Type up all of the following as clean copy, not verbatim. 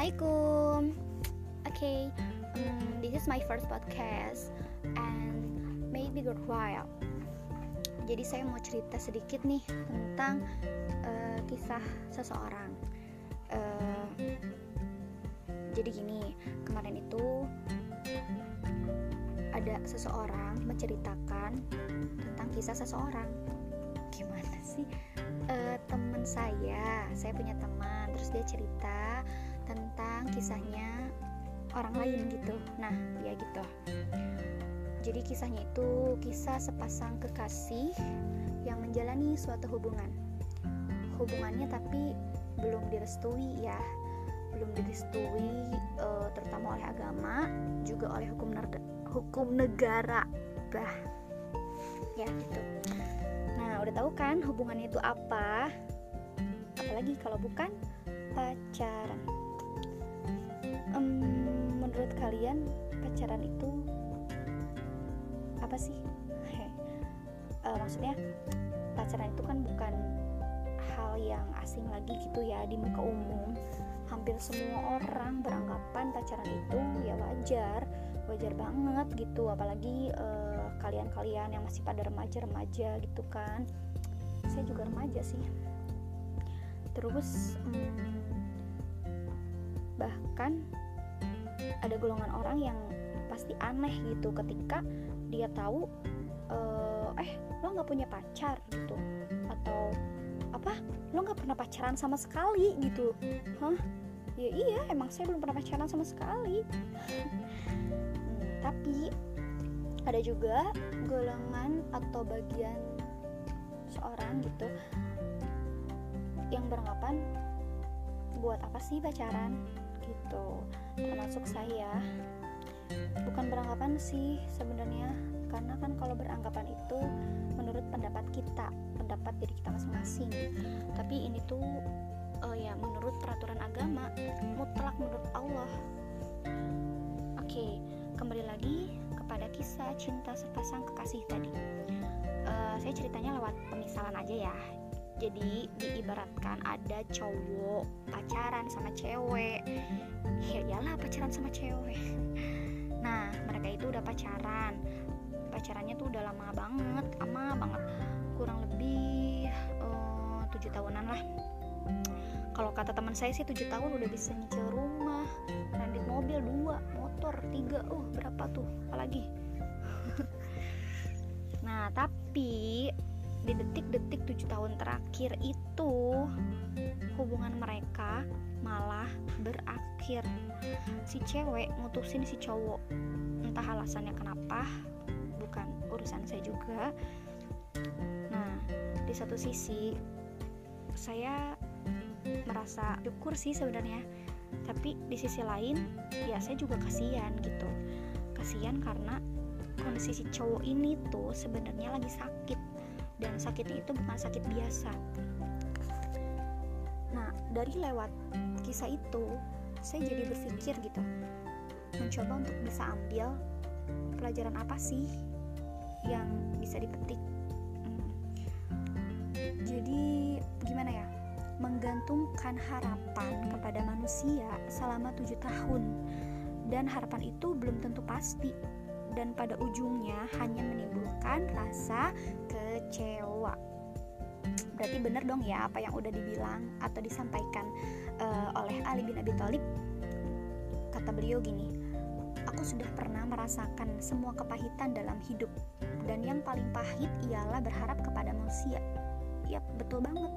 Assalamualaikum. Okay, this is my first podcast and maybe good while. Jadi saya mau cerita sedikit nih tentang kisah seseorang. Jadi gini, kemarin itu ada seseorang menceritakan tentang kisah seseorang. Gimana sih? Teman saya punya teman, terus dia cerita tentang kisahnya orang lain gitu. Nah, ya gitu. Jadi kisahnya itu kisah sepasang kekasih yang menjalani suatu hubungan. Hubungannya tapi belum direstui ya, belum direstui terutama oleh agama, juga oleh hukum negara. Bah, ya gitu. Nah, udah tahu kan hubungannya itu apa? Apalagi kalau bukan pacaran. Menurut kalian pacaran itu apa sih? Maksudnya pacaran itu kan bukan hal yang asing lagi gitu ya di muka umum. Hampir semua orang beranggapan pacaran itu ya wajar banget gitu. Apalagi kalian yang masih pada remaja gitu kan. Saya juga remaja sih. Terus bahkan ada golongan orang yang pasti aneh gitu ketika dia tahu lo nggak punya pacar gitu, atau apa, lo nggak pernah pacaran sama sekali gitu. Ya iya, emang saya belum pernah pacaran sama sekali. Tapi ada juga golongan atau bagian seorang gitu yang beranggapan buat apa sih pacaran gitu. Termasuk saya bukan beranggapan sih sebenarnya, karena kan kalau beranggapan itu menurut pendapat kita, pendapat diri kita masing-masing. Tapi ini tuh ya menurut peraturan agama, mutlak menurut Allah. Oke, kembali lagi kepada kisah cinta sepasang kekasih tadi. Saya ceritanya lewat pemisalan aja ya. Jadi diibaratkan ada cowok pacaran sama cewek. Ya iyalah, pacaran sama cewek. Nah, mereka itu udah pacarannya tuh udah lama banget, kurang lebih 7 tahunan lah. Kalau kata teman saya sih 7 tahun udah bisa nyicil rumah, kredit mobil 2, motor 3, berapa tuh apalagi. Nah, tapi di detik-detik 7 tahun terakhir itu hubungan mereka malah berakhir. Si cewek mutusin si cowok, entah alasannya kenapa, bukan urusan saya juga. Nah, di satu sisi saya merasa syukur sih sebenarnya, tapi di sisi lain ya saya juga kasihan gitu. Kasihan karena kondisi si cowok ini tuh sebenarnya lagi sakit, dan sakitnya itu bukan sakit biasa. Nah, dari lewat kisah itu saya jadi berpikir gitu, mencoba untuk bisa ambil pelajaran apa sih yang bisa dipetik. Jadi gimana ya, menggantungkan harapan kepada manusia selama 7 tahun, dan harapan itu belum tentu pasti, dan pada ujungnya hanya menimbulkan rasa kecewa. Berarti benar dong ya apa yang udah dibilang atau disampaikan oleh Ali bin Abi Thalib. Kata beliau gini, aku sudah pernah merasakan semua kepahitan dalam hidup, dan yang paling pahit ialah berharap kepada manusia. Yap, betul banget.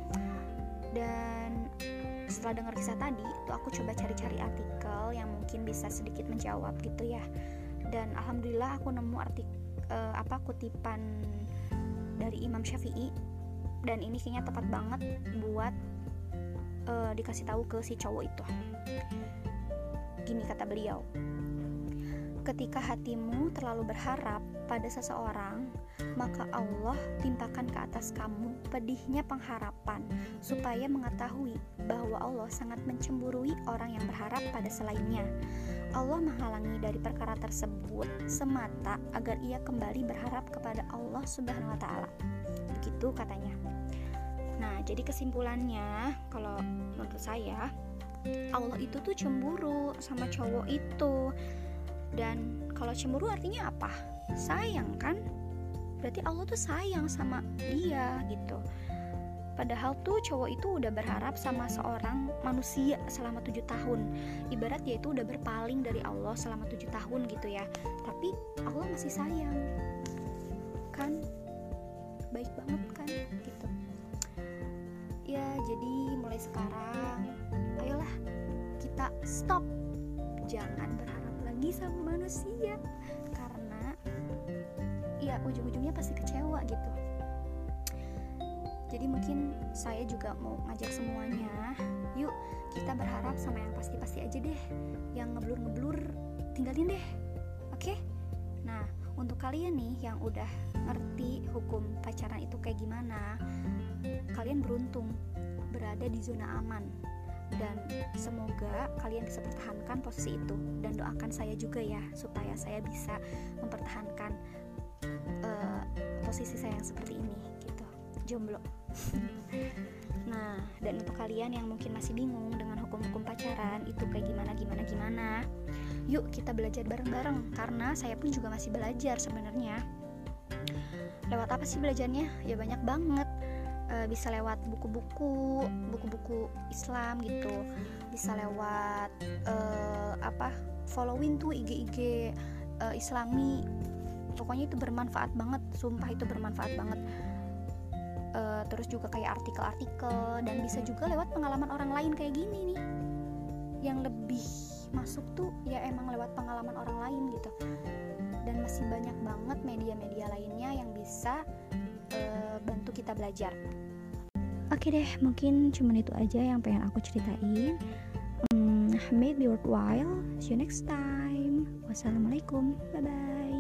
Dan setelah dengar kisah tadi tuh aku coba cari-cari artikel yang mungkin bisa sedikit menjawab gitu ya. Dan alhamdulillah aku nemu kutipan dari Imam Syafi'i, dan ini kayaknya tepat banget buat dikasih tahu ke si cowok itu. Gini kata beliau, ketika hatimu terlalu berharap pada seseorang, maka Allah timpakan ke atas kamu pedihnya pengharapan, supaya mengetahui bahwa Allah sangat mencemburui orang yang berharap pada selainnya. Allah menghalangi dari perkara tersebut semata agar ia kembali berharap kepada Allah Subhanahu wa Ta'ala. Begitu katanya. Nah, jadi kesimpulannya, kalau menurut saya, Allah itu tuh cemburu sama cowok itu. Dan kalau cemburu artinya apa? Sayang kan? Berarti Allah tuh sayang sama dia gitu. Padahal tuh cowok itu udah berharap sama seorang manusia selama 7 tahun. Ibarat dia itu udah berpaling dari Allah selama 7 tahun gitu ya. Tapi Allah masih sayang. Kan? Baik banget kan? Gitu. Ya jadi mulai sekarang, ayolah kita stop. Jangan berharap lagi sama manusia. Karena ya ujung-ujungnya pasti kecewa gitu. Jadi mungkin saya juga mau ngajak semuanya, yuk kita berharap sama yang pasti-pasti aja deh. Yang ngeblur-ngeblur tinggalin deh. Oke? Nah, untuk kalian nih yang udah ngerti hukum pacaran itu kayak gimana, kalian beruntung berada di zona aman. Dan semoga kalian bisa pertahankan posisi itu. Dan doakan saya juga ya, supaya saya bisa mempertahankan posisi saya yang seperti ini gitu, jomblo. Nah, dan untuk kalian yang mungkin masih bingung dengan hukum-hukum pacaran itu kayak gimana, yuk kita belajar bareng-bareng. Karena saya pun juga masih belajar sebenarnya. Lewat apa sih belajarnya? Ya banyak banget. Bisa lewat buku-buku Islam gitu, bisa lewat following tuh IG Islami. Pokoknya itu bermanfaat banget, sumpah itu bermanfaat banget. Terus juga kayak artikel-artikel, dan bisa juga lewat pengalaman orang lain kayak gini nih. Yang lebih masuk tuh ya emang lewat pengalaman orang lain gitu. Dan masih banyak banget media-media lainnya yang bisa bantu kita belajar. Oke deh, mungkin cuman itu aja yang pengen aku ceritain. Made be worthwhile. See you next time. Wassalamualaikum. Bye bye.